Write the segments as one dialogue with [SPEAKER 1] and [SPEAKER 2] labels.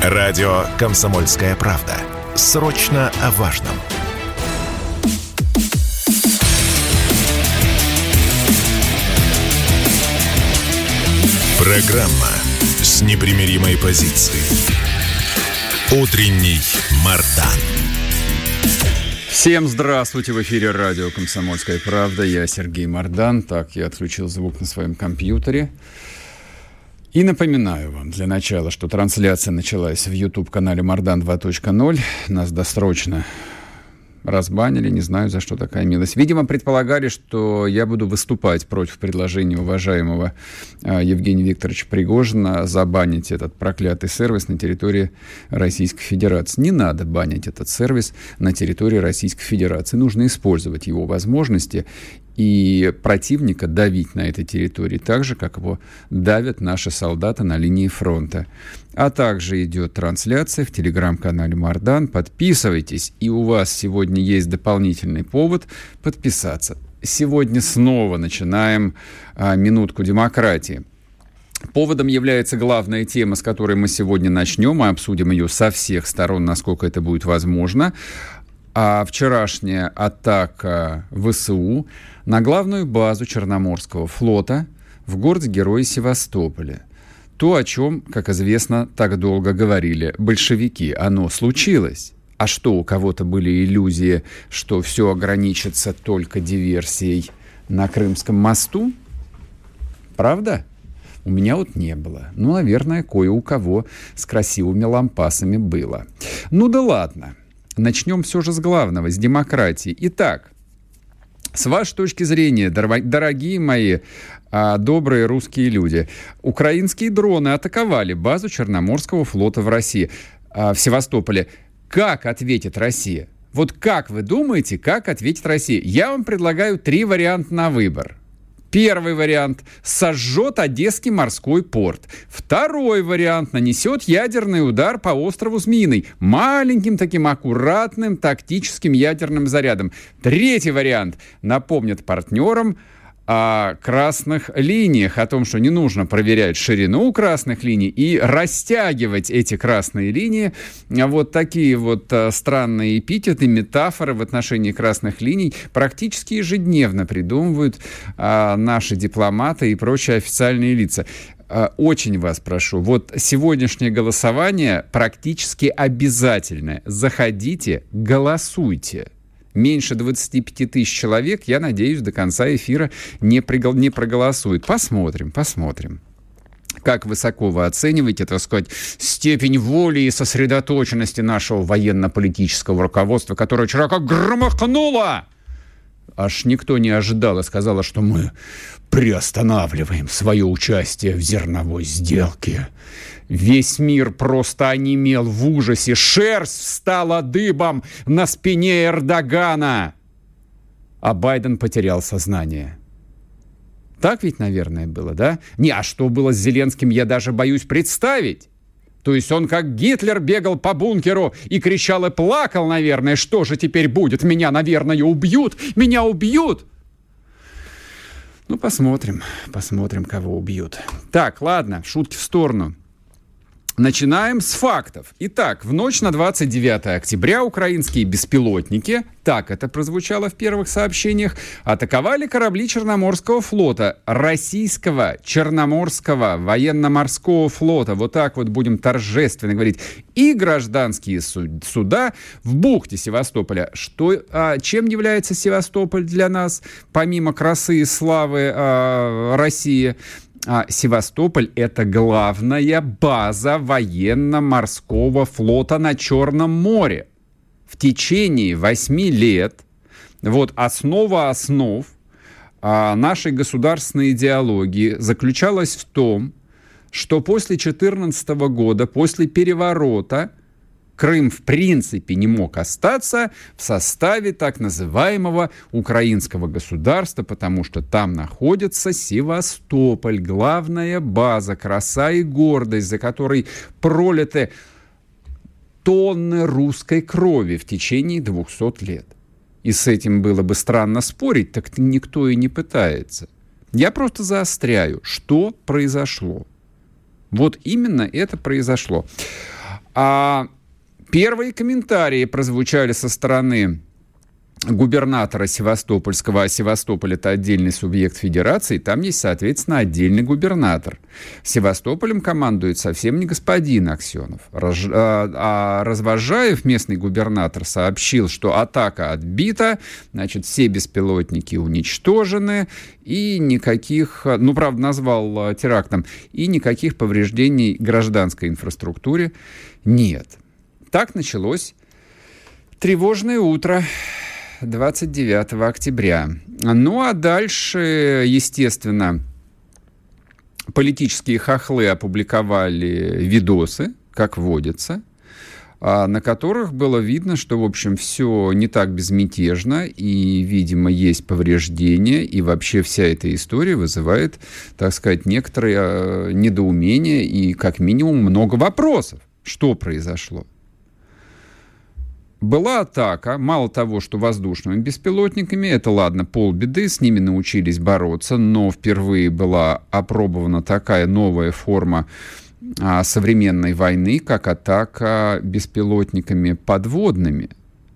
[SPEAKER 1] Радио «Комсомольская правда». Срочно о важном. Программа с непримиримой позицией. Утренний Мардан.
[SPEAKER 2] Всем здравствуйте! В эфире радио «Комсомольская правда». Я Сергей Мардан. Так, я отключил звук на своем компьютере. И напоминаю вам для начала, что трансляция началась в YouTube-канале Мардан 2.0. Нас досрочно разбанили, не знаю, за что такая милость. Видимо, предполагали, что я буду выступать против предложения уважаемого Евгения Викторовича Пригожина забанить этот проклятый сервис на территории Российской Федерации. Не надо банить этот сервис на территории Российской Федерации. Нужно использовать его возможности и противника давить на этой территории так же, как его давят наши солдаты на линии фронта. А также идет трансляция в телеграм-канале Мардан. Подписывайтесь, и у вас сегодня есть дополнительный повод подписаться. Сегодня снова начинаем минутку демократии. Поводом является главная тема, с которой мы сегодня начнем. Мы обсудим ее со всех сторон, насколько это будет возможно. А вчерашняя атака ВСУ на главную базу Черноморского флота в городе-герое Севастополе. То, о чем, как известно, так долго говорили большевики. Оно случилось. А что, у кого-то были иллюзии, что все ограничится только диверсией на Крымском мосту? Правда? У меня вот не было. Ну, наверное, кое у кого с красивыми лампасами было. Ну да ладно. Начнем все же с главного, с демократии. Итак, с вашей точки зрения, дорогие мои добрые русские люди, украинские дроны атаковали базу Черноморского флота в России, в Севастополе. Как ответит Россия? Вот как вы думаете, как ответит Россия? Я вам предлагаю 3 варианта на выбор. Первый вариант – сожжет Одесский морской порт. Второй вариант – нанесет ядерный удар по острову Змеиный. Маленьким таким аккуратным тактическим ядерным зарядом. Третий вариант – напомнит партнерам о красных линиях, о том, что не нужно проверять ширину красных линий и растягивать эти красные линии. Вот такие вот странные эпитеты, метафоры в отношении красных линий практически ежедневно придумывают наши дипломаты и прочие официальные лица. Очень вас прошу, вот сегодняшнее голосование практически обязательное. Заходите, голосуйте. Меньше 25 тысяч человек, я надеюсь, до конца эфира не проголосуют. Посмотрим. Как высоко вы оцениваете, так сказать, степень воли и сосредоточенности нашего военно-политического руководства, которое вчера как громыхнуло? Аж никто не ожидал и сказала, что мы приостанавливаем свое участие в зерновой сделке. Весь мир просто онемел в ужасе. Шерсть встала дыбом на спине Эрдогана. А Байден потерял сознание. Так ведь, наверное, было, да? А что было с Зеленским, я даже боюсь представить. То есть он как Гитлер бегал по бункеру и кричал и плакал, наверное. Что же теперь будет? Меня, наверное, убьют. Меня убьют. Ну, посмотрим, кого убьют. Так, ладно, шутки в сторону. Начинаем с фактов. Итак, в ночь на 29 октября украинские беспилотники, так это прозвучало в первых сообщениях, атаковали корабли Черноморского флота, российского Черноморского военно-морского флота, вот так вот будем торжественно говорить, и гражданские суда в бухте Севастополя. Чем является Севастополь для нас, помимо красы и славы России? Севастополь – это главная база военно-морского флота на Черном море. В течение 8 лет основа основ нашей государственной идеологии заключалась в том, что после 2014 года, после переворота, Крым в принципе не мог остаться в составе так называемого украинского государства, потому что там находится Севастополь, главная база, краса и гордость, за которой пролиты тонны русской крови в течение 200 лет. И с этим было бы странно спорить, так никто и не пытается. Я просто заостряю, что произошло. Вот именно это произошло. Первые комментарии прозвучали со стороны губернатора Севастопольского, а Севастополь — это отдельный субъект федерации, там есть, соответственно, отдельный губернатор. Севастополем командует совсем не господин Аксенов. Развожаев, местный губернатор, сообщил, что атака отбита, значит, все беспилотники уничтожены, и никаких, правда, назвал терактом, и никаких повреждений гражданской инфраструктуре нет. Так началось тревожное утро 29 октября. Ну, а дальше, естественно, политические хохлы опубликовали видосы, как водится, на которых было видно, что, в общем, все не так безмятежно, и, видимо, есть повреждения, и вообще вся эта история вызывает, так сказать, некоторое недоумение и, как минимум, много вопросов. Что произошло? Была атака, мало того, что воздушными беспилотниками, это ладно, полбеды, с ними научились бороться, но впервые была опробована такая новая форма современной войны, как атака беспилотниками подводными.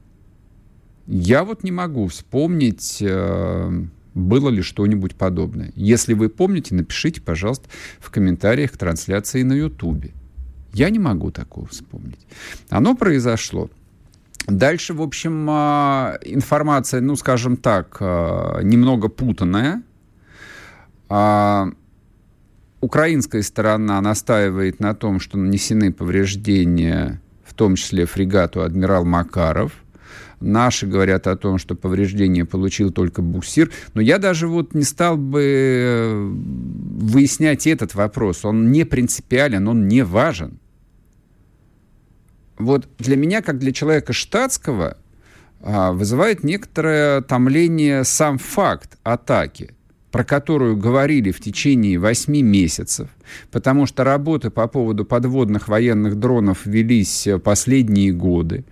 [SPEAKER 2] Я вот не могу вспомнить, было ли что-нибудь подобное. Если вы помните, напишите, пожалуйста, в комментариях к трансляции на Ютубе. Я не могу такого вспомнить. Оно произошло. Дальше, в общем, информация, скажем так, немного путанная. Украинская сторона настаивает на том, что нанесены повреждения, в том числе фрегату «Адмирал Макаров». Наши говорят о том, что повреждения получил только буксир. Но я даже не стал бы выяснять этот вопрос. Он не принципиален, он не важен. Вот для меня, как для человека штатского, вызывает некоторое томление сам факт атаки, про которую говорили в течение 8 месяцев, потому что работы по поводу подводных военных дронов велись последние годы.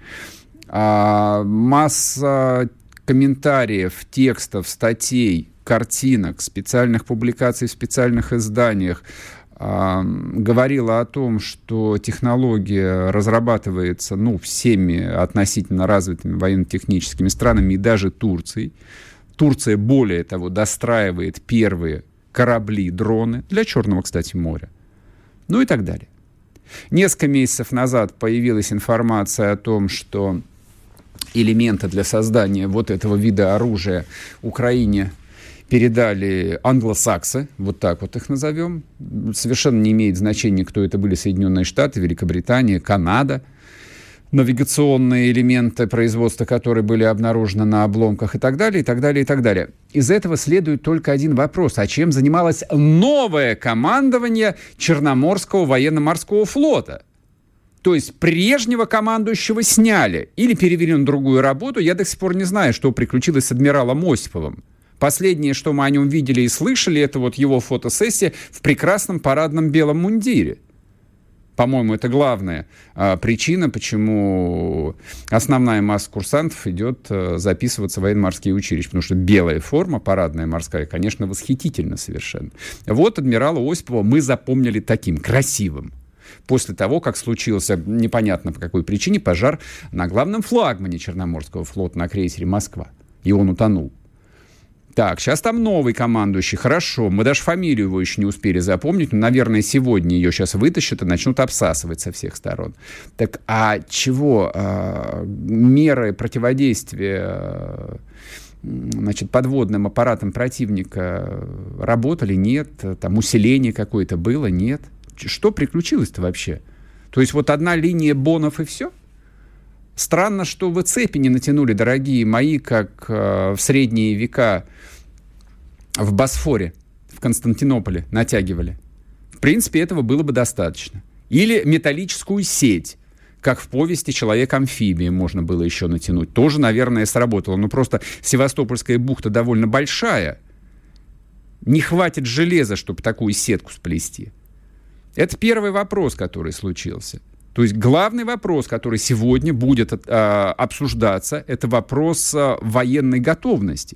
[SPEAKER 2] Масса комментариев, текстов, статей, картинок, специальных публикаций в специальных изданиях говорила о том, что технология разрабатывается всеми относительно развитыми военно-техническими странами и даже Турцией. Турция, более того, достраивает первые корабли, дроны для Черного, кстати, моря. И так далее. Несколько месяцев назад появилась информация о том, что элементы для создания вот этого вида оружия Украине передали англосаксы, вот так вот их назовем. Совершенно не имеет значения, кто это были: Соединенные Штаты, Великобритания, Канада. Навигационные элементы производства, которые были обнаружены на обломках, и так далее, и так далее, и так далее. Из этого следует только один вопрос: а чем занималось новое командование Черноморского военно-морского флота? То есть прежнего командующего сняли или перевели на другую работу. Я до сих пор не знаю, что приключилось с адмиралом Осиповым. Последнее, что мы о нем видели и слышали, это его фотосессия в прекрасном парадном белом мундире. По-моему, это главная причина, почему основная масса курсантов идет записываться в военно-морские училища. Потому что белая форма, парадная морская, конечно, восхитительна совершенно. Вот адмирала Осипова мы запомнили таким, красивым. После того, как случился, непонятно по какой причине, пожар на главном флагмане Черноморского флота на крейсере «Москва». И он утонул. Так, сейчас там новый командующий. Хорошо, мы даже фамилию его еще не успели запомнить. Но, наверное, сегодня ее сейчас вытащат и начнут обсасывать со всех сторон. Так, а чего? Меры противодействия подводным аппаратам противника работали? Нет. Там усиление какое-то было? Нет. Что приключилось-то вообще? То есть одна линия бонов и все? Странно, что вы цепи не натянули, дорогие мои, как в средние века в Босфоре, в Константинополе натягивали. В принципе, этого было бы достаточно. Или металлическую сеть, как в повести «Человек-амфибия» можно было еще натянуть. Тоже, наверное, сработало. Но просто Севастопольская бухта довольно большая. Не хватит железа, чтобы такую сетку сплести. Это первый вопрос, который случился. То есть главный вопрос, который сегодня будет обсуждаться, это вопрос военной готовности.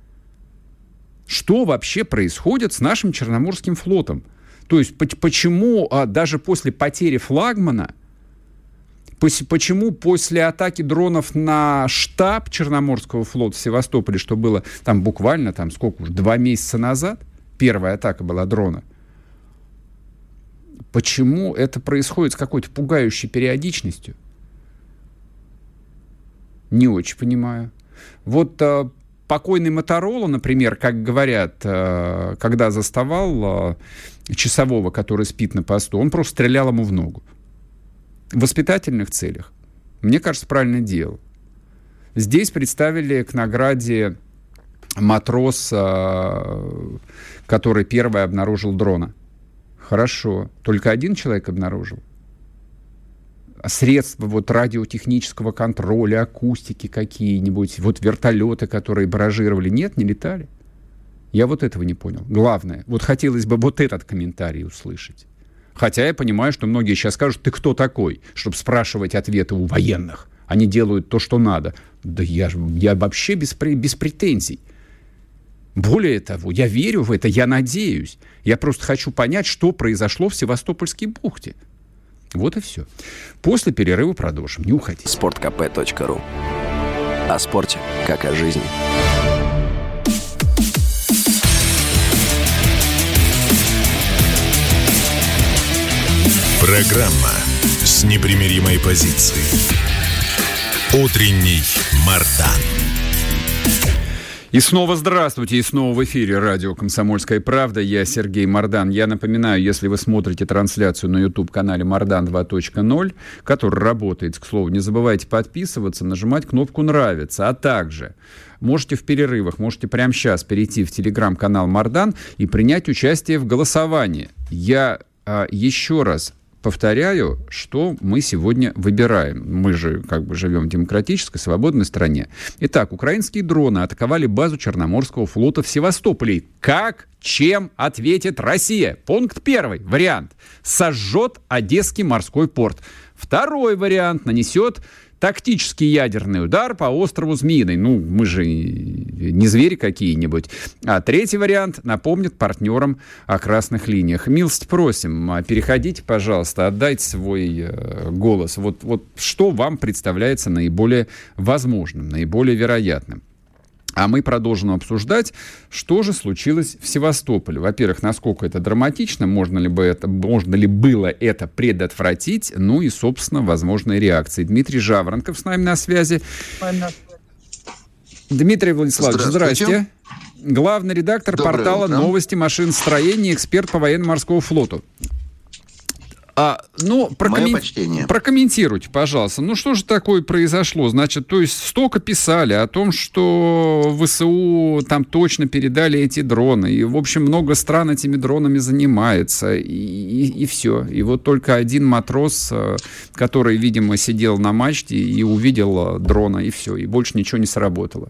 [SPEAKER 2] Что вообще происходит с нашим Черноморским флотом? То есть почему даже после потери флагмана Почему после атаки дронов на штаб Черноморского флота в Севастополе, что было там буквально, там сколько уже, 2 месяца назад, первая атака была дрона, почему это происходит с какой-то пугающей периодичностью? Не очень понимаю. Вот покойный Моторола, например, как говорят, когда заставал часового, который спит на посту, он просто стрелял ему в ногу. В воспитательных целях. Мне кажется, правильно делал. Здесь представили к награде матроса, который первый обнаружил дрона. Хорошо. Только один человек обнаружил. Средства вот радиотехнического контроля, акустики какие-нибудь, вот вертолеты, которые баражировали, нет, не летали. Я вот этого не понял. Главное, вот хотелось бы вот этот комментарий услышать. Хотя я понимаю, что многие сейчас скажут, ты кто такой, чтобы спрашивать ответы у военных. Они делают то, что надо. Да я вообще без претензий. Более того, я верю в это, я надеюсь. Я просто хочу понять, что произошло в Севастопольской бухте. Вот и все. После перерыва продолжим. Не уходите.
[SPEAKER 3] sportkp.ru. О спорте, как о жизни.
[SPEAKER 1] Программа с непримиримой позицией. Утренний Мардан.
[SPEAKER 2] И снова здравствуйте, и снова в эфире радио «Комсомольская правда». Я Сергей Мардан. Я напоминаю, если вы смотрите трансляцию на YouTube-канале «Мардан 2.0», который работает, к слову, не забывайте подписываться, нажимать кнопку «Нравится», а также можете в перерывах, можете прямо сейчас перейти в телеграм-канал «Мардан» и принять участие в голосовании. Я еще раз повторяю, что мы сегодня выбираем. Мы же как бы живем в демократической, свободной стране. Итак, украинские дроны атаковали базу Черноморского флота в Севастополе. Как, чем ответит Россия? Пункт 1. Вариант. Сожжет Одесский морской порт. Второй вариант. Нанесет тактический ядерный удар по острову Змеиный. Ну, мы же не звери какие-нибудь. А третий вариант напомнит партнерам о красных линиях. Милость просим, переходите, пожалуйста, отдайте свой голос. Вот что вам представляется наиболее возможным, наиболее вероятным. А мы продолжим обсуждать, что же случилось в Севастополе. Во-первых, насколько это драматично, можно ли было это предотвратить, ну и, собственно, возможные реакции. Дмитрий Жаворонков с нами на связи. Дмитрий Владиславович, здрасте. Главный редактор портала «Новости машиностроения», эксперт по военно-морскому флоту. Прокомментируйте, пожалуйста. Ну, что же такое произошло? Значит, то есть столько писали о том, что ВСУ там точно передали эти дроны. И, в общем, много стран этими дронами занимается. И все. И вот только один матрос, который, видимо, сидел на мачте и увидел дрона, и все. И больше ничего не сработало.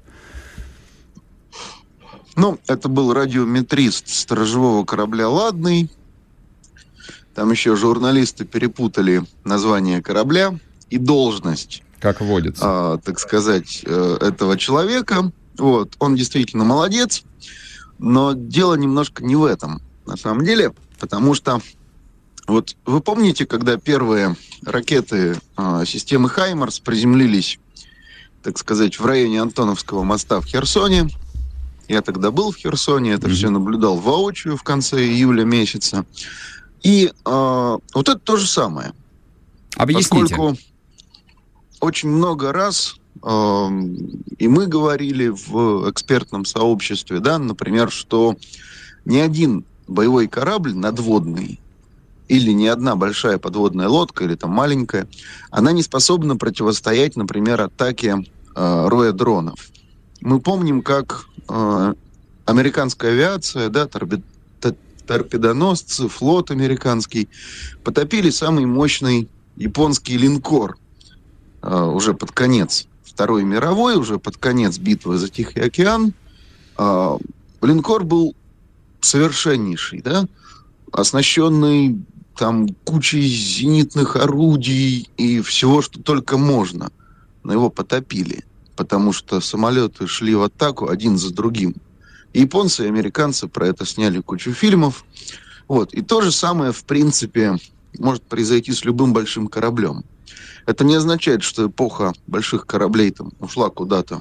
[SPEAKER 4] Ну, это был радиометрист сторожевого корабля «Ладный». Там еще журналисты перепутали название корабля и должность.
[SPEAKER 2] Как водится.
[SPEAKER 4] Так сказать, этого человека. Вот. Он действительно молодец, но дело немножко не в этом, на самом деле. Потому что, вот вы помните, когда первые ракеты системы «Хаймарс» приземлились, так сказать, в районе Антоновского моста в Херсоне? Я тогда был в Херсоне, это все наблюдал воочию в конце июля месяца. И вот это то же самое.
[SPEAKER 2] Объясните.
[SPEAKER 4] Поскольку очень много раз и мы говорили в экспертном сообществе, да, например, что ни один боевой корабль надводный или ни одна большая подводная лодка или там маленькая, она не способна противостоять, например, атаке роя дронов. Мы помним, как американская авиация, да, торпедоносцы, флот американский потопили самый мощный японский линкор уже под конец Второй мировой, уже под конец битвы за Тихий океан. Линкор был совершеннейший, да, оснащенный там кучей зенитных орудий и всего, что только можно. Но его потопили, потому что самолеты шли в атаку один за другим. И японцы и американцы про это сняли кучу фильмов. Вот. И то же самое, в принципе, может произойти с любым большим кораблем. Это не означает, что эпоха больших кораблей там ушла куда-то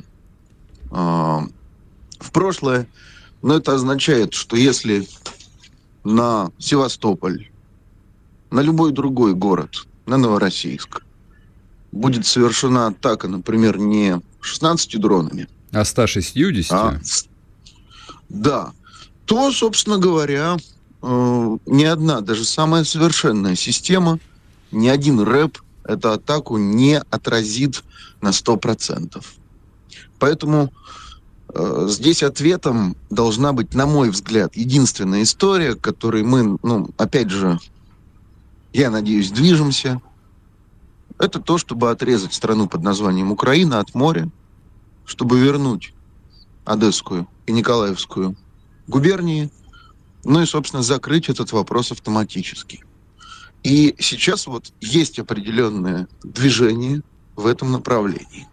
[SPEAKER 4] в прошлое, но это означает, что если на Севастополь, на любой другой город, на Новороссийск будет совершена атака, например, не 16 дронами,
[SPEAKER 2] а 160?
[SPEAKER 4] Да. То, собственно говоря, ни одна, даже самая совершенная система, ни один рэп эту атаку не отразит на 100%. Поэтому здесь ответом должна быть, на мой взгляд, единственная история, к которой мы, опять же, я надеюсь, движемся. Это то, чтобы отрезать страну под названием Украина от моря, чтобы вернуть Одесскую и Николаевскую губернии, и, собственно, закрыть этот вопрос автоматически. И сейчас вот есть определенное движение в этом направлении.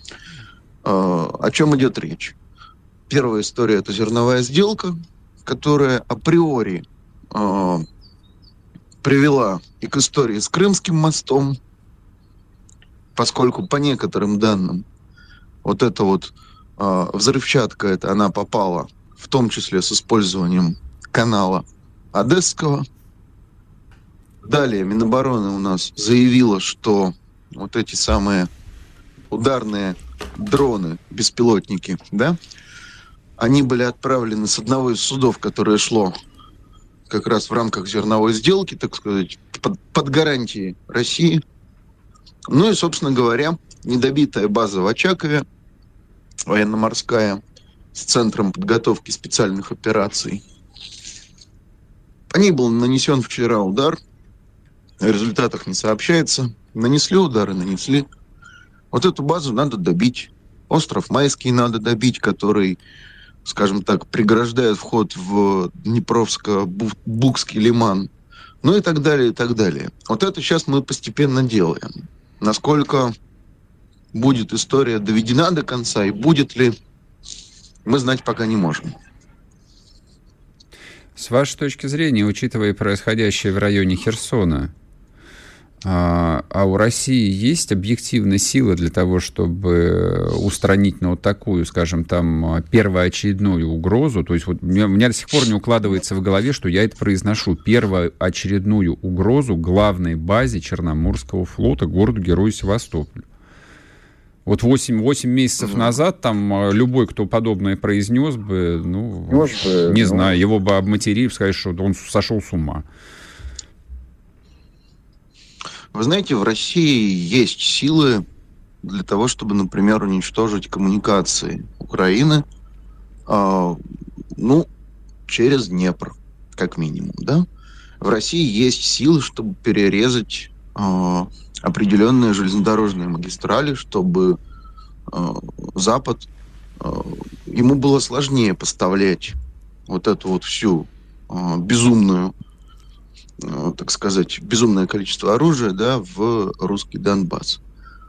[SPEAKER 4] О чем идет речь? Первая история – это зерновая сделка, которая априори привела и к истории с Крымским мостом, поскольку по некоторым данным вот эта вот взрывчатка, она попала в том числе с использованием канала Одесского. Далее Минобороны у нас заявила, что вот эти самые ударные дроны, беспилотники, они были отправлены с одного из судов, которое шло как раз в рамках зерновой сделки, так сказать, под гарантией России. И, собственно говоря, недобитая база в Очакове, военно-морская, с центром подготовки специальных операций. По ней был нанесен вчера удар. О результатах не сообщается. Нанесли удары, нанесли. Вот эту базу надо добить. Остров Майский надо добить, который, скажем так, преграждает вход в Днепровско-Букский лиман. И так далее, и так далее. Вот это сейчас мы постепенно делаем. Насколько будет история доведена до конца и будет ли, мы знать пока не можем.
[SPEAKER 2] С вашей точки зрения, учитывая происходящее в районе Херсона, а у России есть объективная сила для того, чтобы устранить вот такую, скажем, там, первоочередную угрозу? То есть вот у меня до сих пор не укладывается в голове, что я это произношу. Первоочередную угрозу главной базе Черноморского флота, городу-герою Севастополь. Вот 8 месяцев назад там любой, кто подобное произнес бы, не знаю, его бы обматерили, сказать, что он сошел с ума.
[SPEAKER 4] Вы знаете, в России есть силы для того, чтобы, например, уничтожить коммуникации Украины, через Днепр, как минимум, В России есть силы, чтобы перерезать определенные железнодорожные магистрали, чтобы Запад, ему было сложнее поставлять вот эту вот всю безумное количество оружия, в русский Донбасс.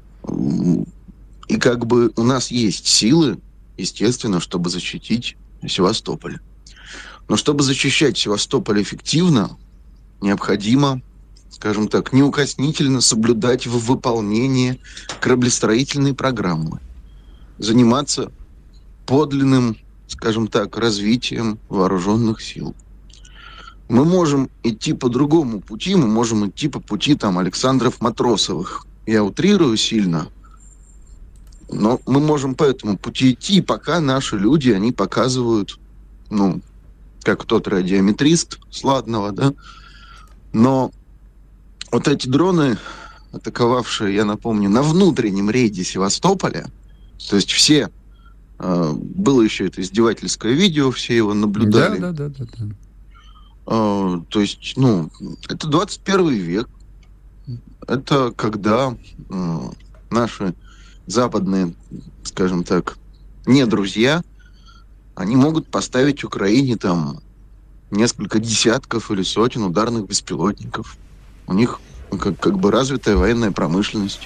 [SPEAKER 4] И как бы у нас есть силы, естественно, чтобы защитить Севастополь. Но чтобы защищать Севастополь эффективно, необходимо, скажем так, неукоснительно соблюдать в выполнении кораблестроительной программы, заниматься подлинным, скажем так, развитием вооруженных сил. Мы можем идти по другому пути, мы можем идти по пути Александров-Матросовых. Я утрирую сильно, но мы можем по этому пути идти, пока наши люди, они показывают, как тот радиометрист с Ладного, но вот эти дроны, атаковавшие, я напомню, на внутреннем рейде Севастополя, то есть все, было еще это издевательское видео, все его наблюдали.
[SPEAKER 2] Да.
[SPEAKER 4] То есть, это 21 век. Это когда наши западные, скажем так, не друзья, они могут поставить Украине несколько десятков или сотен ударных беспилотников. У них как бы развитая военная промышленность.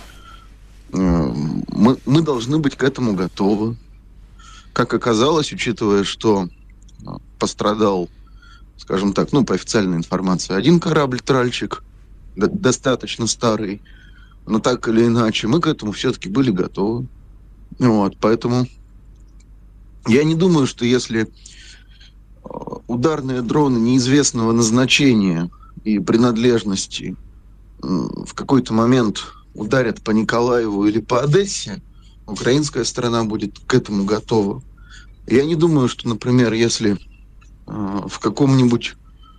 [SPEAKER 4] Мы должны быть к этому готовы. Как оказалось, учитывая, что пострадал, скажем так, по официальной информации, один корабль-тральщик, достаточно старый, но так или иначе мы к этому все-таки были готовы. Вот, поэтому я не думаю, что если ударные дроны неизвестного назначения и принадлежности в какой-то момент ударят по Николаеву или по Одессе, украинская сторона будет к этому готова. Я не думаю, что, например, если в какой-нибудь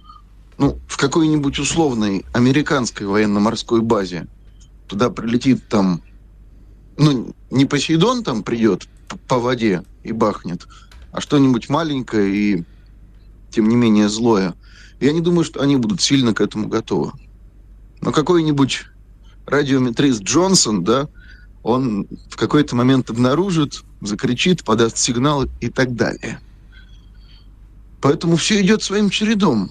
[SPEAKER 4] условной американской военно-морской базе туда прилетит там, не Посейдон там придет по воде и бахнет, а что-нибудь маленькое и, тем не менее, злое. Я не думаю, что они будут сильно к этому готовы. Но какой-нибудь радиометрист Джонсон, да, он в какой-то момент обнаружит, закричит, подаст сигнал и так далее. Поэтому все идет своим чередом.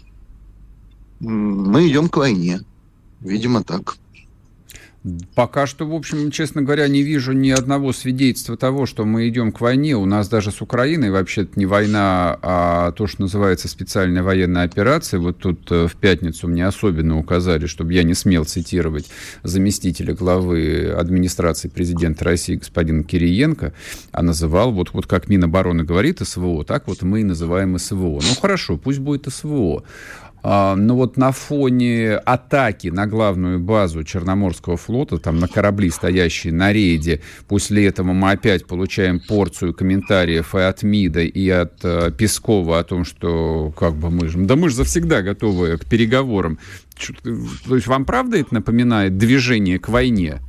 [SPEAKER 4] Мы идем к войне. Видимо, так.
[SPEAKER 2] Пока что, в общем, честно говоря, не вижу ни одного свидетельства того, что мы идем к войне. У нас даже с Украиной вообще-то не война, а то, что называется специальная военная операция. Вот тут в пятницу мне особенно указали, чтобы я не смел цитировать заместителя главы администрации президента России господина Кириенко, а называл, вот как Минобороны говорит СВО, так вот мы и называем СВО. Ну хорошо, пусть будет СВО. Но вот на фоне атаки на главную базу Черноморского флота, там на корабли, стоящие на рейде, после этого мы опять получаем порцию комментариев и от МИДа, и от Пескова о том, что мы же завсегда готовы к переговорам. То есть вам правда это напоминает движение к войне?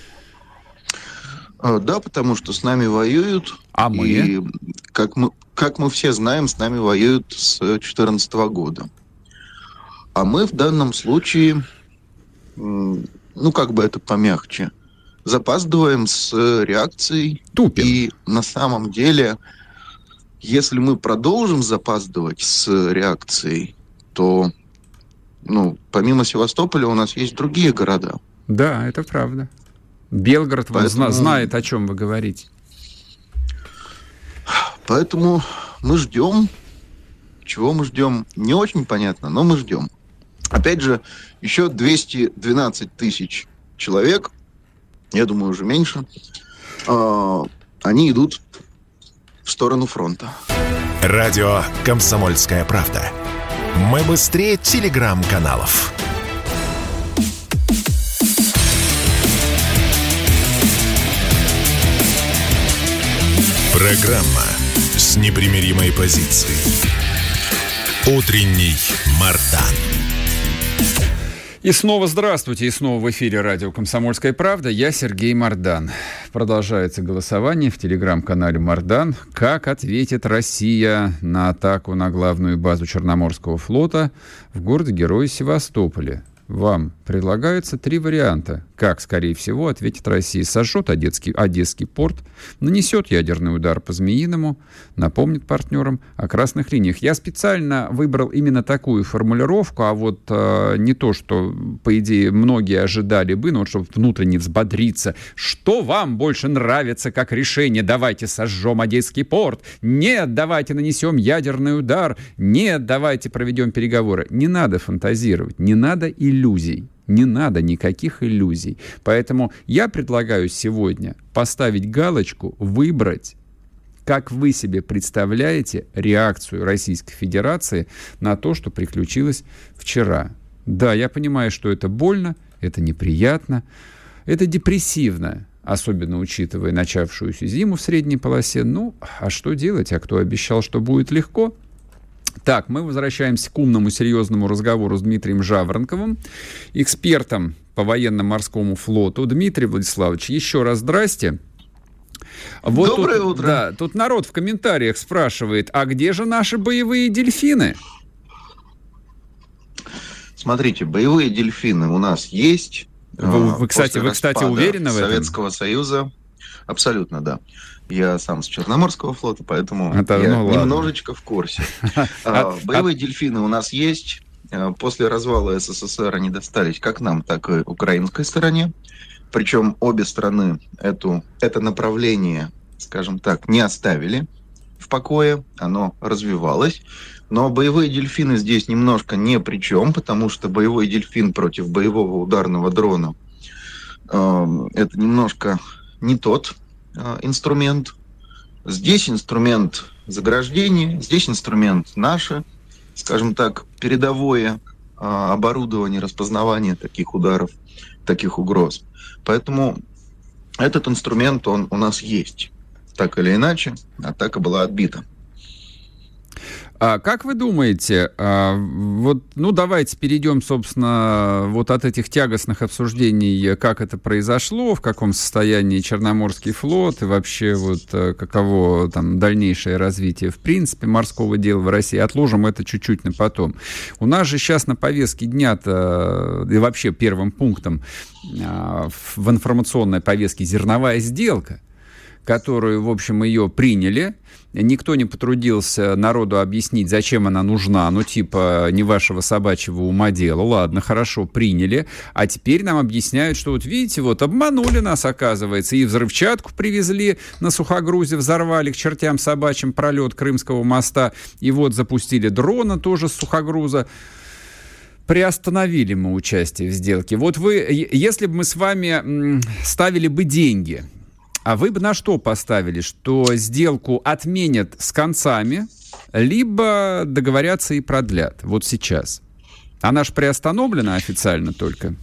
[SPEAKER 4] Да, потому что с нами воюют.
[SPEAKER 2] А мы?
[SPEAKER 4] И, как мы все знаем, с нами воюют с 2014 года. А мы в данном случае, как бы это помягче, запаздываем с реакцией.
[SPEAKER 2] Тупим.
[SPEAKER 4] И на самом деле, если мы продолжим запаздывать с реакцией, то, помимо Севастополя у нас есть другие города.
[SPEAKER 2] Да, это правда. Белгород знает, о чем вы говорите.
[SPEAKER 4] Поэтому мы ждем. Чего мы ждем, не очень понятно, но мы ждем. Опять же, еще 212 тысяч человек, я думаю, уже меньше, они идут в сторону фронта.
[SPEAKER 1] Радио «Комсомольская правда». Мы быстрее телеграм-каналов. Программа с непримиримой позицией. Утренний Мардан.
[SPEAKER 2] И снова здравствуйте, и снова в эфире радио «Комсомольская правда». Я Сергей Мардан. Продолжается голосование в телеграм-канале Мардан. Как ответит Россия на атаку на главную базу Черноморского флота в городе-герое Севастополе? Вам предлагаются 3 варианта. Как, скорее всего, ответит Россия. Сожжет Одесский порт, нанесет ядерный удар по Змеиному, напомнит партнерам о красных линиях. Я специально выбрал именно такую формулировку, а вот не то, что, по идее, многие ожидали бы, но чтобы внутренне взбодриться. Что вам больше нравится как решение? Давайте сожжем Одесский порт. Нет, давайте нанесем ядерный удар. Нет, давайте проведем переговоры. Не надо фантазировать, не надо иллюзий. Не надо никаких иллюзий. Поэтому я предлагаю сегодня поставить галочку, выбрать, как вы себе представляете реакцию Российской Федерации на то, что приключилось вчера. Да, я понимаю, что это больно, это неприятно, это депрессивно, особенно учитывая начавшуюся зиму в средней полосе. А что делать? А кто обещал, что будет легко? Так, мы возвращаемся к умному, серьезному разговору с Дмитрием Жаворонковым, экспертом по военно-морскому флоту. Дмитрий Владиславович, еще раз здрасте. Вот
[SPEAKER 4] доброе утро.
[SPEAKER 2] Да, тут народ в комментариях спрашивает, а где же наши боевые дельфины?
[SPEAKER 4] Смотрите, боевые дельфины у нас есть.
[SPEAKER 2] Вы, кстати, уверены в этом?
[SPEAKER 4] Советского Союза. Абсолютно, да. Я сам с Черноморского флота, поэтому немножечко в курсе. Боевые дельфины у нас есть. После развала СССР они достались как нам, так и украинской стороне. Причем обе страны это направление, скажем так, не оставили в покое. Оно развивалось. Но боевые дельфины здесь немножко не при чем, потому что боевой дельфин против боевого ударного дрона это немножко не тот инструмент. Здесь инструмент заграждения, здесь инструмент наше, скажем так, передовое оборудование распознавания таких ударов, таких угроз. Поэтому этот инструмент, он у нас есть. Так или иначе, атака была отбита.
[SPEAKER 2] Как вы думаете, давайте перейдем, собственно, вот от этих тягостных обсуждений, как это произошло, в каком состоянии Черноморский флот и вообще каково там дальнейшее развитие, в принципе, морского дела в России. Отложим это чуть-чуть на потом. У нас же сейчас на повестке дня-то, и вообще первым пунктом в информационной повестке зерновая сделка, которую, в общем, ее приняли. Никто не потрудился народу объяснить, зачем она нужна. Не вашего собачьего ума дело. Ладно, хорошо, приняли. А теперь нам объясняют, что видите, обманули нас, оказывается. И взрывчатку привезли на сухогрузе, взорвали к чертям собачьим пролет Крымского моста. И запустили дрона тоже с сухогруза. Приостановили мы участие в сделке. Если бы мы с вами ставили бы деньги... А вы бы на что поставили? Что сделку отменят с концами, либо договорятся и продлят? Сейчас. Она же приостановлена официально только.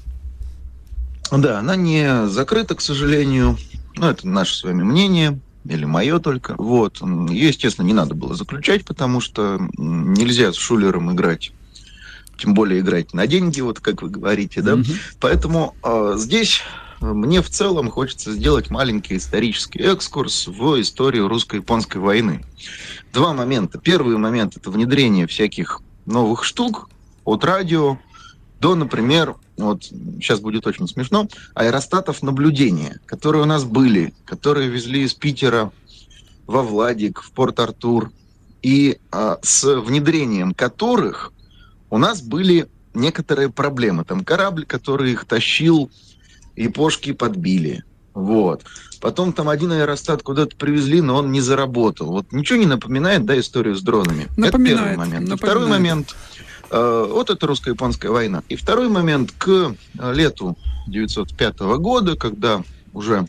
[SPEAKER 4] Да, она не закрыта, к сожалению. Это наше с вами мнение, или мое только. Ее, естественно, не надо было заключать, потому что нельзя с шулером играть. Тем более играть на деньги, как вы говорите, да? Угу. Поэтому здесь... Мне в целом хочется сделать маленький исторический экскурс в историю русско-японской войны. Два момента. Первый момент – это внедрение всяких новых штук от радио до, например, сейчас будет очень смешно, аэростатов наблюдения, которые у нас были, которые везли из Питера во Владик, в Порт-Артур, и с внедрением которых у нас были некоторые проблемы. Там корабль, который их тащил, япошки подбили. Потом там один аэростат куда-то привезли, но он не заработал. Ничего не напоминает, историю с дронами? Это первый момент. Второй момент, это русско-японская война. И второй момент, к лету 1905 года, когда уже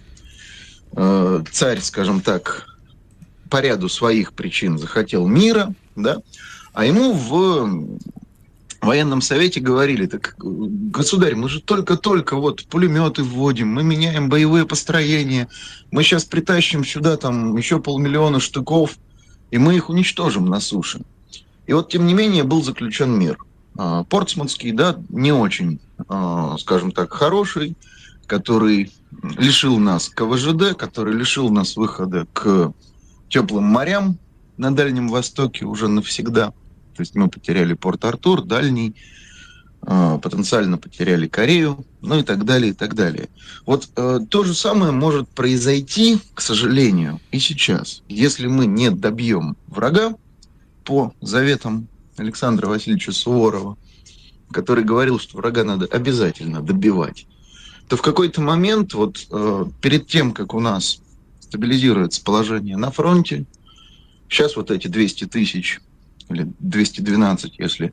[SPEAKER 4] царь, скажем так, по ряду своих причин захотел мира, да, а ему в военном совете говорили: так, государь, мы же только-только пулеметы вводим, мы меняем боевые построения, мы сейчас притащим сюда еще 500 000 штыков, и мы их уничтожим на суше. И тем не менее, был заключен мир. Портсмутский, не очень, скажем так, хороший, который лишил нас КВЖД, который лишил нас выхода к теплым морям на Дальнем Востоке уже навсегда. То есть мы потеряли Порт-Артур, Дальний, потенциально потеряли Корею, и так далее, и так далее. То же самое может произойти, к сожалению, и сейчас. Если мы не добьем врага по заветам Александра Васильевича Суворова, который говорил, что врага надо обязательно добивать, то в какой-то момент, перед тем, как у нас стабилизируется положение на фронте, сейчас эти 200 000 или 212, если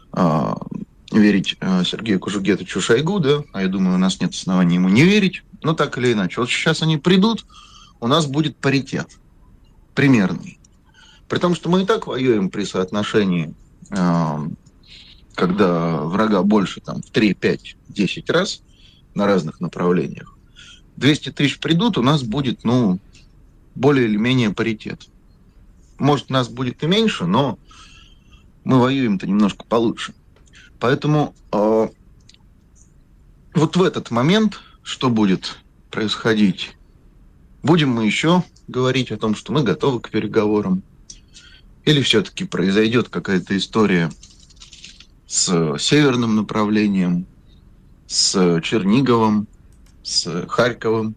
[SPEAKER 4] верить Сергею Кужугетовичу Шойгу, да, а я думаю, у нас нет оснований ему не верить, но так или иначе. Сейчас они придут, у нас будет паритет примерный. При том, что мы и так воюем при соотношении, когда врага больше в 3, 5, 10 раз на разных направлениях. 200 000 придут, у нас будет, более или менее паритет. Может, нас будет и меньше, но мы воюем-то немножко получше. Поэтому в этот момент, что будет происходить? Будем мы еще говорить о том, что мы готовы к переговорам? Или все-таки произойдет какая-то история с северным направлением, с Черниговым, с Харьковым?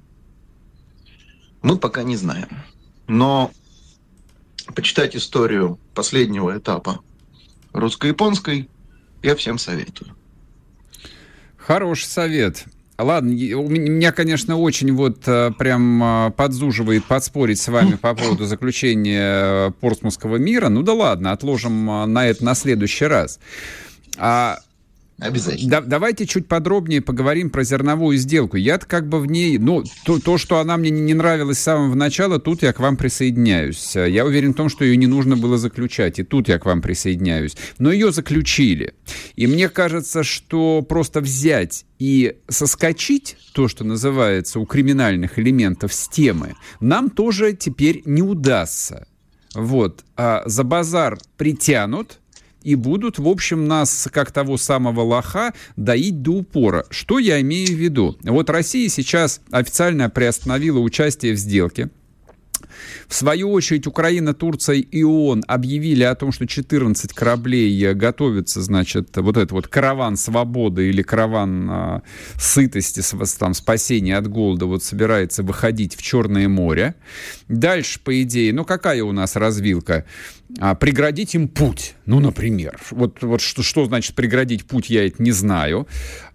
[SPEAKER 4] Мы пока не знаем. Но почитать историю последнего этапа русско-японской я всем советую.
[SPEAKER 2] Хороший совет. Ладно, меня, конечно, очень прям подзуживает поспорить с вами по поводу заключения Портсмутского мира. Да ладно, отложим на это на следующий раз.
[SPEAKER 4] Обязательно.
[SPEAKER 2] Давайте чуть подробнее поговорим про зерновую сделку. Я-то как бы в ней... То, что она мне не нравилась с самого начала, тут я к вам присоединяюсь. Я уверен в том, что ее не нужно было заключать, и тут я к вам присоединяюсь. Но ее заключили. И мне кажется, что просто взять и соскочить, то, что называется, у криминальных элементов с темы, нам тоже теперь не удастся. Вот. А за базар притянут, и будут, в общем, нас, как того самого лоха, доить до упора. Что я имею в виду? Вот Россия сейчас официально приостановила участие в сделке. В свою очередь, Украина, Турция и ООН объявили о том, что 14 кораблей готовятся, значит, вот этот вот караван свободы или караван сытости, там, спасения от голода, вот собирается выходить в Черное море. Дальше, по идее, какая у нас развилка? Преградить им путь, например. Вот что значит преградить путь, я это не знаю.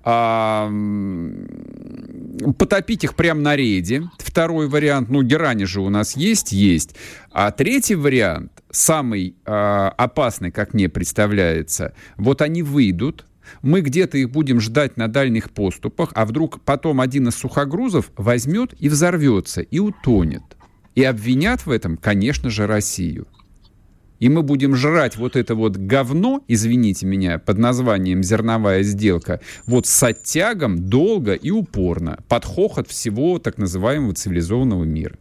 [SPEAKER 2] Потопить их прямо на рейде. Второй вариант, герани же у нас есть. А третий вариант, самый опасный, как мне представляется, вот они выйдут, мы где-то их будем ждать на дальних поступах, а вдруг потом один из сухогрузов возьмет и взорвется, и утонет. И обвинят в этом, конечно же, Россию. И мы будем жрать вот это вот говно, извините меня, под названием «зерновая сделка», вот с оттягом, долго и упорно, под хохот всего так называемого цивилизованного мира.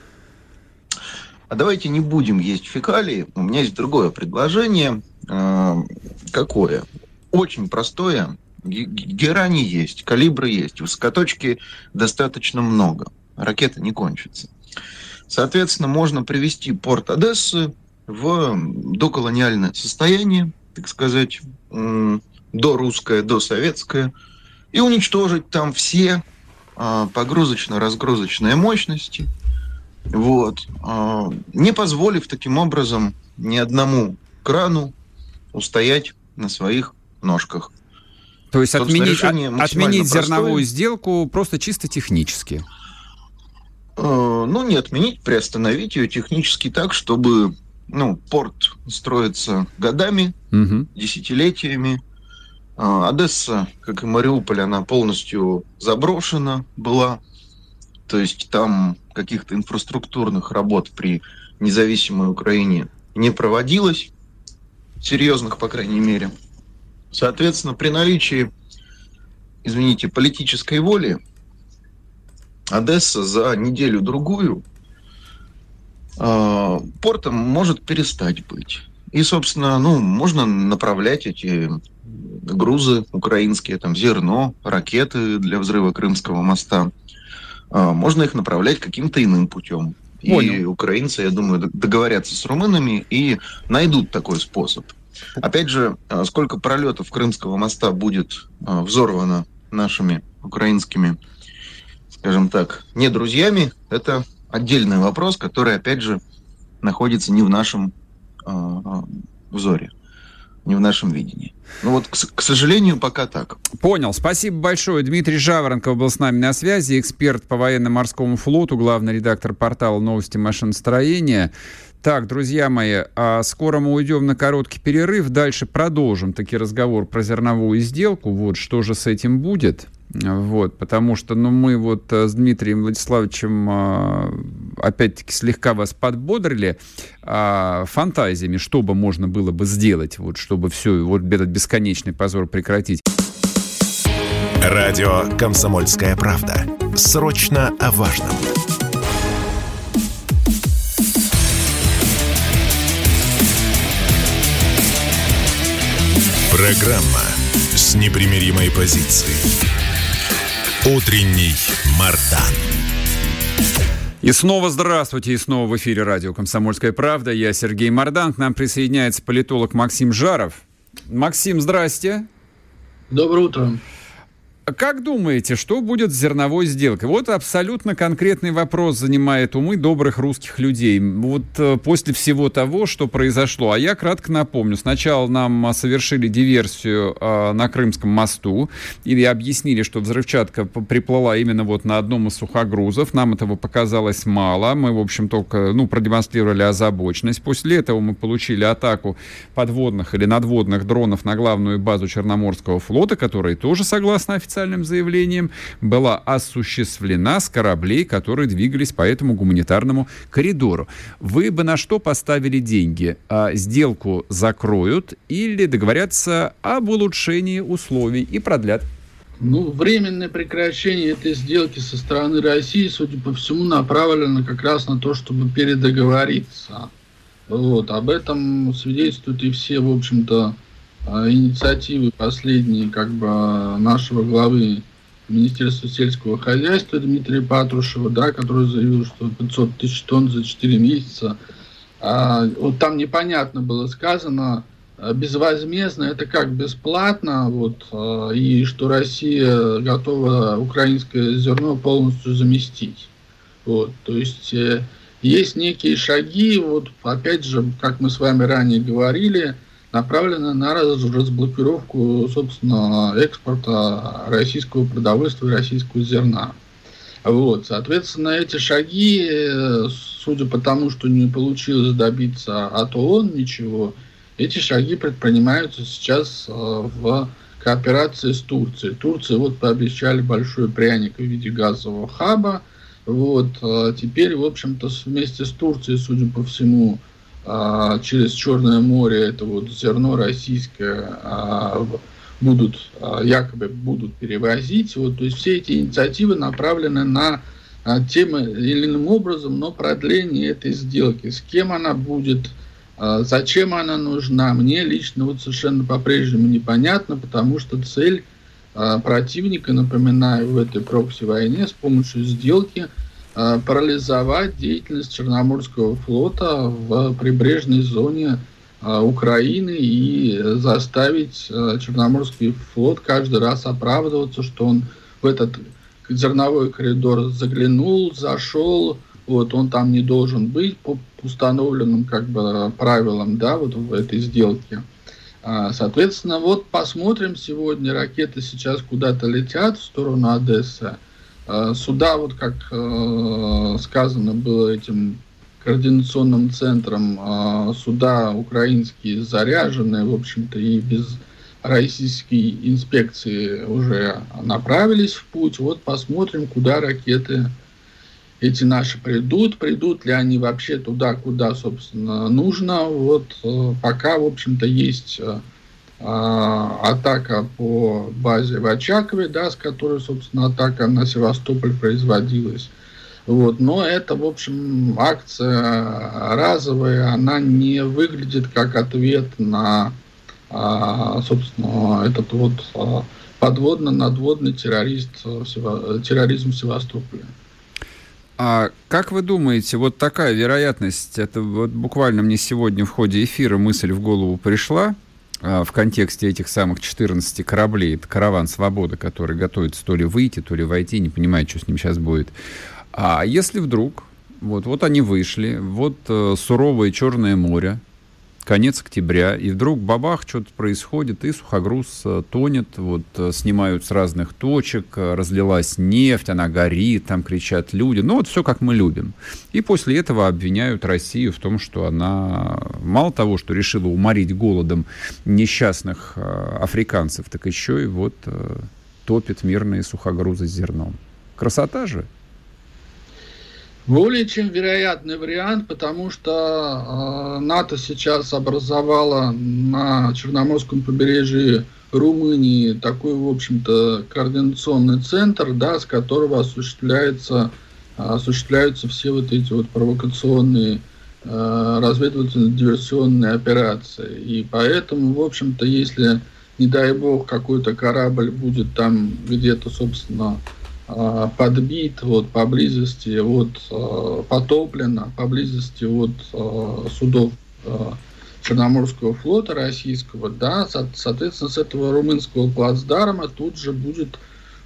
[SPEAKER 4] А давайте не будем есть фекалии. У меня есть другое предложение. Какое? Очень простое. Герани есть, калибры есть, высокоточки достаточно много. Ракета не кончится. Соответственно, можно привести порт Одессы в доколониальное состояние, так сказать, дорусское, досоветское, и уничтожить там все погрузочно-разгрузочные мощности, не позволив таким образом ни одному крану устоять на своих ножках.
[SPEAKER 2] То есть отменить зерновую сделку просто чисто технически?
[SPEAKER 4] Не отменить, приостановить ее технически так, чтобы порт строится годами, десятилетиями. Одесса, как и Мариуполь, она полностью заброшена была. То есть там каких-то инфраструктурных работ при независимой Украине не проводилось, серьезных, по крайней мере. Соответственно, при наличии, политической воли, Одесса за неделю-другую портом может перестать быть. И, собственно, можно направлять эти грузы украинские, зерно, ракеты для взрыва Крымского моста. Можно их направлять каким-то иным путем. Понял. И украинцы, я думаю, договорятся с румынами и найдут такой способ. Опять же, сколько пролетов Крымского моста будет взорвано нашими украинскими, скажем так, не друзьями, это отдельный вопрос, который, опять же, находится не в нашем взоре, не в нашем видении. К сожалению, пока так.
[SPEAKER 2] Понял. Спасибо большое. Дмитрий Жаворонков был с нами на связи, эксперт по военно-морскому флоту, главный редактор портала «Новости машиностроения». Так, друзья мои, скоро мы уйдем на короткий перерыв, дальше продолжим таки разговор про зерновую сделку, что же с этим будет. Потому что мы с Дмитрием Владиславовичем опять-таки слегка вас подбодрили фантазиями, что бы можно было бы сделать, чтобы все, этот бесконечный позор прекратить.
[SPEAKER 1] Радио «Комсомольская правда». Срочно о важном. Программа с непримиримой позицией. Утренний Мардан.
[SPEAKER 2] И снова здравствуйте, и снова в эфире радио «Комсомольская правда». Я Сергей Мардан, к нам присоединяется политолог Максим Жаров. Максим, здрасте.
[SPEAKER 5] Доброе утро.
[SPEAKER 2] как думаете, что будет с зерновой сделкой? Вот абсолютно конкретный вопрос занимает умы добрых русских людей. Вот после всего того, что произошло. А я кратко напомню. Сначала нам совершили диверсию на Крымском мосту и объяснили, что взрывчатка приплыла именно вот на одном из сухогрузов. Нам этого показалось мало. Мы, в общем, только продемонстрировали озабоченность. После этого мы получили атаку подводных или надводных дронов на главную базу Черноморского флота, которая тоже, согласно официальным заявлениям, была осуществлена с кораблей, которые двигались по этому гуманитарному коридору. Вы бы на что поставили деньги? Сделку закроют или договорятся об улучшении условий и продлят?
[SPEAKER 5] Временное прекращение этой сделки со стороны России, судя по всему, направлено как раз на то, чтобы передоговориться. Об этом свидетельствуют и все, в общем-то, инициативы последние нашего главы Министерства сельского хозяйства Дмитрия Патрушева, который заявил, что 500 тысяч тонн за 4 месяца. Там непонятно было сказано, безвозмездно, это как бесплатно, и что Россия готова украинское зерно полностью заместить. То есть есть некие шаги, опять же, как мы с вами ранее говорили, направлены на разблокировку, собственно, экспорта российского продовольствия и российского зерна. Соответственно, эти шаги, судя по тому, что не получилось добиться от ООН ничего, эти шаги предпринимаются сейчас в кооперации с Турцией. Турции пообещали большой пряник в виде газового хаба. Теперь, в общем-то, вместе с Турцией, судя по всему, через Черное море это зерно российское якобы будут перевозить. То есть все эти инициативы направлены на тем или иным образом, но продление этой сделки. С кем она будет, зачем она нужна, мне лично совершенно по-прежнему непонятно, потому что цель противника, напоминаю, в этой прокси-войне с помощью сделки парализовать деятельность Черноморского флота в прибрежной зоне Украины и заставить Черноморский флот каждый раз оправдываться, что он в этот зерновой коридор заглянул, зашел, он там не должен быть по установленным правилам, в этой сделке. Соответственно, посмотрим сегодня, ракеты сейчас куда-то летят в сторону Одессы. Суда, как сказано было этим координационным центром, суда украинские заряженные, в общем-то, и без российской инспекции уже направились в путь. Посмотрим, куда ракеты эти наши придут. Придут ли они вообще туда, куда, собственно, нужно. Пока, в общем-то, есть атака по базе в Очакове, с которой, собственно, атака на Севастополь производилась. Но это, в общем, акция разовая, она не выглядит как ответ на, собственно, этот подводно-надводный терроризм в Севастополе.
[SPEAKER 2] А как вы думаете, такая вероятность, это буквально мне сегодня в ходе эфира мысль в голову пришла, в контексте этих самых 14 кораблей, это караван «Свобода», который готовится то ли выйти, то ли войти, не понимаю, что с ним сейчас будет. А если вдруг, они вышли, суровое Черное море, конец октября, и вдруг бабах, что-то происходит, и сухогруз тонет, снимают с разных точек, разлилась нефть, она горит, там кричат люди, все как мы любим. И после этого обвиняют Россию в том, что она мало того, что решила уморить голодом несчастных африканцев, так еще и топит мирные сухогрузы с зерном. Красота же!
[SPEAKER 5] Более чем вероятный вариант, потому что НАТО сейчас образовало на Черноморском побережье Румынии такой, в общем-то, координационный центр, с которого осуществляются все эти провокационные разведывательно-диверсионные операции. И поэтому, в общем-то, если, не дай бог, какой-то корабль будет там где-то, собственно, подбит поблизости потоплено поблизости судов Черноморского флота российского, соответственно, с этого румынского плацдарма тут же будет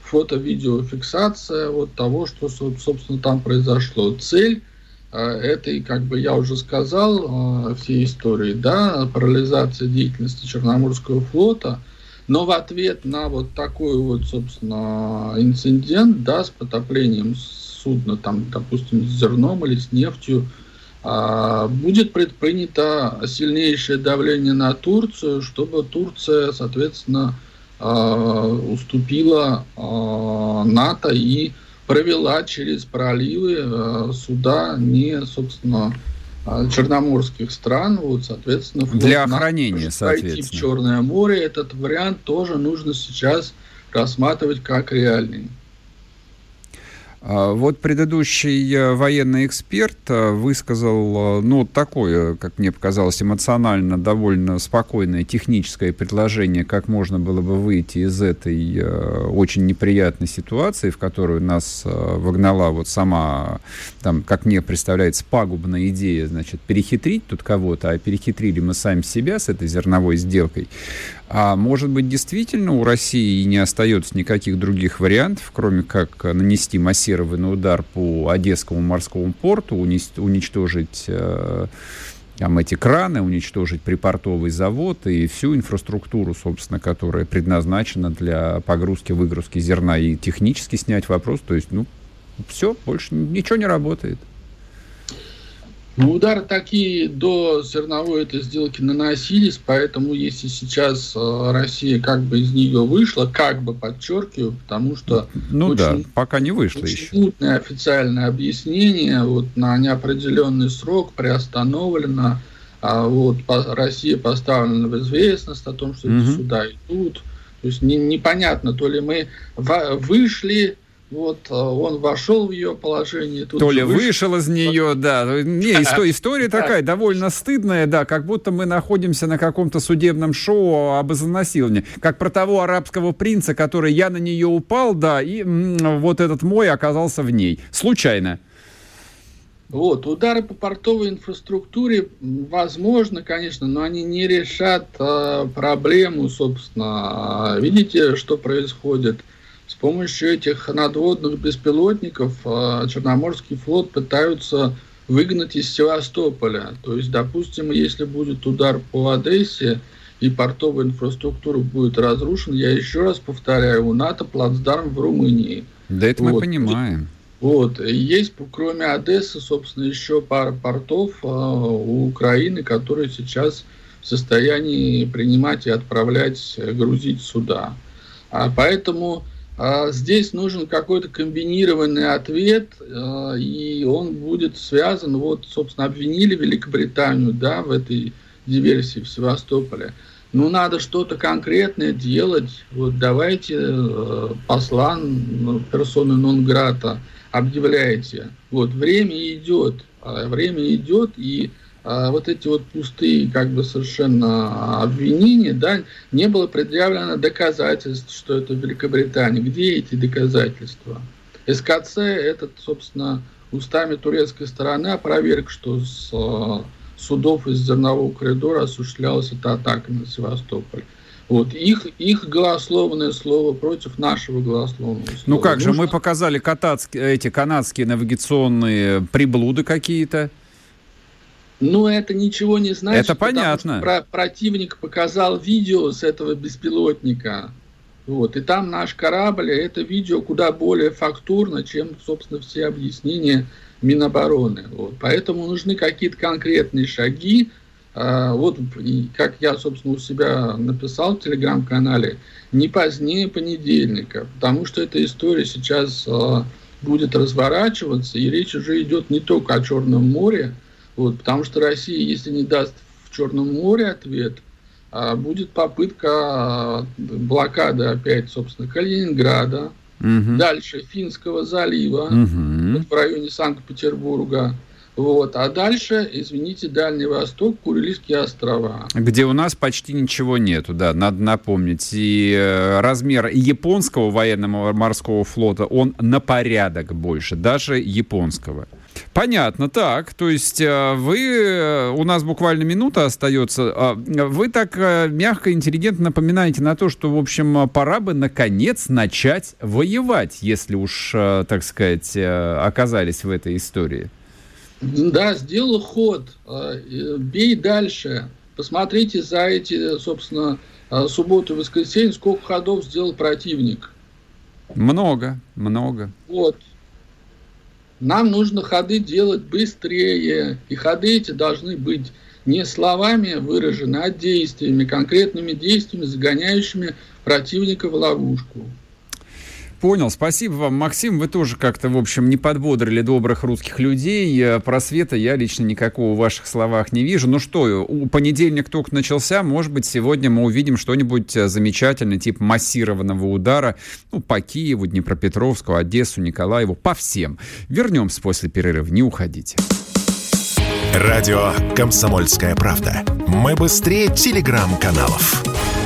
[SPEAKER 5] фото-видеофиксация вот того, что, собственно, там произошло. Цель этой, как бы я уже сказал, всей истории, да, парализация деятельности Черноморского флота, но в ответ на вот такой вот, собственно, инцидент, да, с потоплением судна, там, допустим, с зерном или с нефтью, будет предпринято сильнейшее давление на Турцию, чтобы Турция, соответственно, уступила НАТО и провела через проливы суда не, собственно, черноморских стран, вот, соответственно,
[SPEAKER 2] для охранения, соответственно,
[SPEAKER 5] в Черное море. Этот вариант тоже нужно сейчас рассматривать как реальный.
[SPEAKER 2] Вот предыдущий военный эксперт высказал, ну, такое, как мне показалось, эмоционально довольно спокойное техническое предложение, как можно было бы выйти из этой очень неприятной ситуации, в которую нас вогнала вот сама, там, как мне представляется, пагубная идея, значит, перехитрить тут кого-то, а перехитрили мы сами себя с этой зерновой сделкой. А может быть, действительно у России не остается никаких других вариантов, кроме как нанести массированный удар по Одесскому морскому порту, уничтожить там эти краны, уничтожить припортовый завод и всю инфраструктуру, собственно, которая предназначена для погрузки-выгрузки зерна, и технически снять вопрос. То есть, ну, все, больше ничего не работает.
[SPEAKER 5] Ну, удары такие до зерновой этой сделки наносились, поэтому если сейчас Россия как бы из нее вышла, как бы подчеркиваю, потому что
[SPEAKER 2] пока не вышла
[SPEAKER 5] очень
[SPEAKER 2] еще.
[SPEAKER 5] смутное официальное объяснение, вот на неопределенный срок приостановлено, вот Россия поставлена в известность о том, что эти суда идут. То есть непонятно, то ли мы вышли. Вот он вошел в ее положение.
[SPEAKER 2] То ли вышел из нее, да. Не, история такая довольно стыдная, да, как будто мы находимся на каком-то судебном шоу об изнасиловании. Как про того арабского принца, который я на нее упал, да, и вот этот мой оказался в ней. Случайно.
[SPEAKER 5] Вот, удары по портовой инфраструктуре возможно, конечно, но они не решат проблему, собственно. Видите, что происходит? С помощью этих надводных беспилотников Черноморский флот пытаются выгнать из Севастополя. То есть, допустим, если будет удар по Одессе и портовая инфраструктура будет разрушена, я еще раз повторяю, у НАТО плацдарм в Румынии.
[SPEAKER 2] Да это мы понимаем.
[SPEAKER 5] Вот. Есть, кроме Одессы, собственно, еще пара портов у Украины, которые сейчас в состоянии принимать и отправлять, грузить суда. Поэтому здесь нужен какой-то комбинированный ответ, и он будет связан, вот, собственно, обвинили Великобританию, да, в этой диверсии в Севастополе. Ну, надо что-то конкретное делать. Вот давайте посла персоны нон-грата объявляйте. Вот время идет, и вот эти вот пустые, как бы, совершенно обвинения, да, не было предъявлено доказательств, что это Великобритания. Где эти доказательства? СКЦ, этот, собственно, устами турецкой стороны опроверг, что с судов из зернового коридора осуществлялась эта атака на Севастополь. Вот их голословное слово против нашего голословного слова.
[SPEAKER 2] Ну как же, мы показали эти канадские навигационные приблуды какие-то.
[SPEAKER 5] Ну, это ничего не значит.
[SPEAKER 2] Это понятно.
[SPEAKER 5] Противник показал видео с этого беспилотника. Вот, и там наш корабль, это видео куда более фактурно, чем, собственно, все объяснения Минобороны. Вот. Поэтому нужны какие-то конкретные шаги. Вот, и как я, собственно, у себя написал в телеграм-канале, не позднее понедельника, потому что эта история сейчас будет разворачиваться, и речь уже идет не только о Черном море, вот, потому что Россия, если не даст в Черном море ответ, будет попытка блокады опять, собственно, Калининграда, дальше Финского залива, вот в районе Санкт-Петербурга, вот, а дальше, извините, Дальний Восток, Курильские острова.
[SPEAKER 2] Где у нас почти ничего нету, да, надо напомнить. И размер японского военно-морского флота, он на порядок больше, даже японского. Понятно, так. То есть вы, у нас буквально минута остается, вы так мягко, интеллигентно напоминаете на то, что, в общем, пора бы, наконец, начать воевать, если уж, так сказать, оказались в этой истории. Да, сделал ход. Бей дальше. Посмотрите за эти, собственно, субботу и воскресенье, сколько ходов сделал противник. Много. Вот. Нам нужно ходы делать быстрее. И ходы эти должны быть не словами выражены, а действиями, конкретными действиями, загоняющими противника в ловушку. Понял. Спасибо вам, Максим. Вы тоже как-то, в общем, не подбодрили добрых русских людей. Просвета я лично никакого в ваших словах не вижу. Ну что, понедельник только начался. Может быть, сегодня мы увидим что-нибудь замечательное, типа массированного удара по Киеву, Днепропетровску, Одессу, Николаеву, по всем. Вернемся после перерыва. Не уходите.
[SPEAKER 1] Радио «Комсомольская правда». Мы быстрее телеграм-каналов.